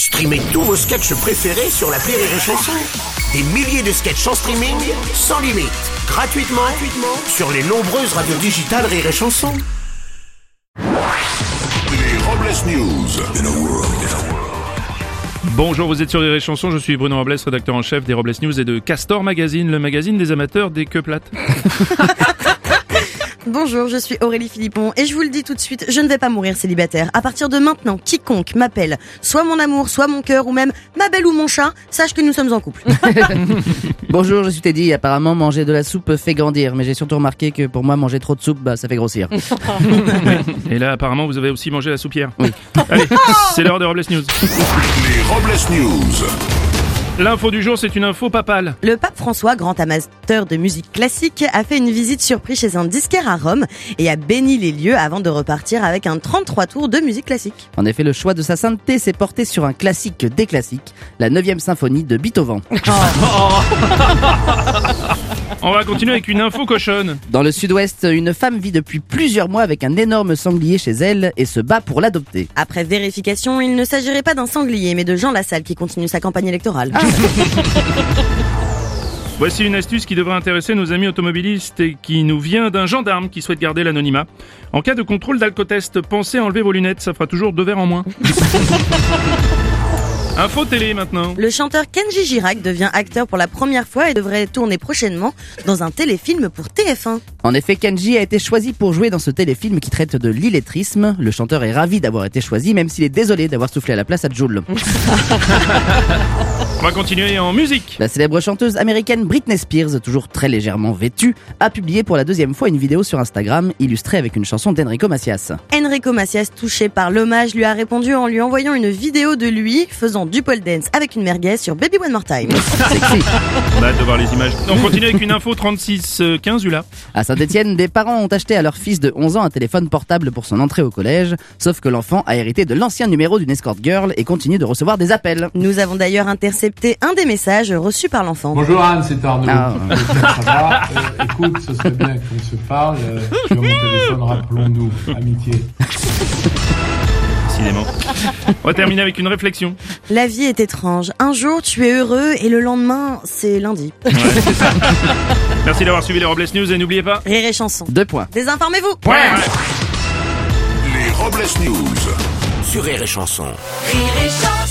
Streamez tous vos sketchs préférés sur l'appli Rire et Chanson. Des milliers de sketchs en streaming, sans limite, gratuitement sur les nombreuses radios digitales Rire et Chanson. Les Robles News. Bonjour, vous êtes sur Rire et Chanson, je suis Bruno Robles, rédacteur en chef des Robles News et de Castor Magazine, le magazine des amateurs des queues plates. Bonjour, je suis Aurélie Philippon et je vous le dis tout de suite, je ne vais pas mourir célibataire. À partir de maintenant, quiconque m'appelle soit mon amour, soit mon cœur ou même ma belle ou mon chat, sache que nous sommes en couple. Bonjour, je suis Teddy. Apparemment, manger de la soupe fait grandir, mais j'ai surtout remarqué que pour moi, manger trop de soupe, ça fait grossir. Et là, apparemment, vous avez aussi mangé la soupière. Oui. Allez, c'est l'heure des Robles News. Les Robles News. L'info du jour, c'est une info papale. Le pape François, grand amateur de musique classique, a fait une visite surprise chez un disquaire à Rome et a béni les lieux avant de repartir avec un 33 tours de musique classique. En effet, le choix de sa sainteté s'est porté sur un classique des classiques, la 9e symphonie de Beethoven. On va continuer avec une info cochonne. Dans le sud-ouest, une femme vit depuis plusieurs mois avec un énorme sanglier chez elle et se bat pour l'adopter. Après vérification, il ne s'agirait pas d'un sanglier, mais de Jean Lassalle qui continue sa campagne électorale. Voici une astuce qui devrait intéresser nos amis automobilistes et qui nous vient d'un gendarme qui souhaite garder l'anonymat. En cas de contrôle d'alcotest, pensez à enlever vos lunettes, ça fera toujours 2 verres en moins. Info télé maintenant. Le chanteur Kenji Girac devient acteur pour la première fois et devrait tourner prochainement dans un téléfilm pour TF1. En effet, Kenji a été choisi pour jouer dans ce téléfilm qui traite de l'illettrisme. Le chanteur est ravi d'avoir été choisi, même s'il est désolé d'avoir soufflé à la place à Jul. On va continuer en musique. La célèbre chanteuse américaine Britney Spears, toujours très légèrement vêtue, a publié pour la 2e fois une vidéo sur Instagram illustrée avec une chanson d'Enrico Macias. Enrico Macias, touché par l'hommage, lui a répondu en lui envoyant une vidéo de lui faisant du pole dance avec une merguez sur Baby One More Time. Sexy. On a hâte de voir les images. On continue avec une info 3615 Ula. À Saint-Étienne, des parents ont acheté à leur fils de 11 ans un téléphone portable pour son entrée au collège, sauf que l'enfant a hérité de l'ancien numéro d'une escort girl et continue de recevoir des appels. Nous avons d'ailleurs intercepté un des messages reçus par l'enfant. Bonjour Anne, c'est Arnaud. Ah. Ça va écoute, ce serait bien qu'on se parle. Sur mon téléphone, rappelons-nous, amitié. Décidément. On va terminer avec une réflexion. La vie est étrange. Un jour, tu es heureux et le lendemain, c'est lundi. Ouais, c'est ça. Merci d'avoir suivi les Robles News et n'oubliez pas... Rire et Chanson. 2 points. Désinformez-vous. Ouais. Les Robles News. Sur Rire et Chanson. Rire et Chanson.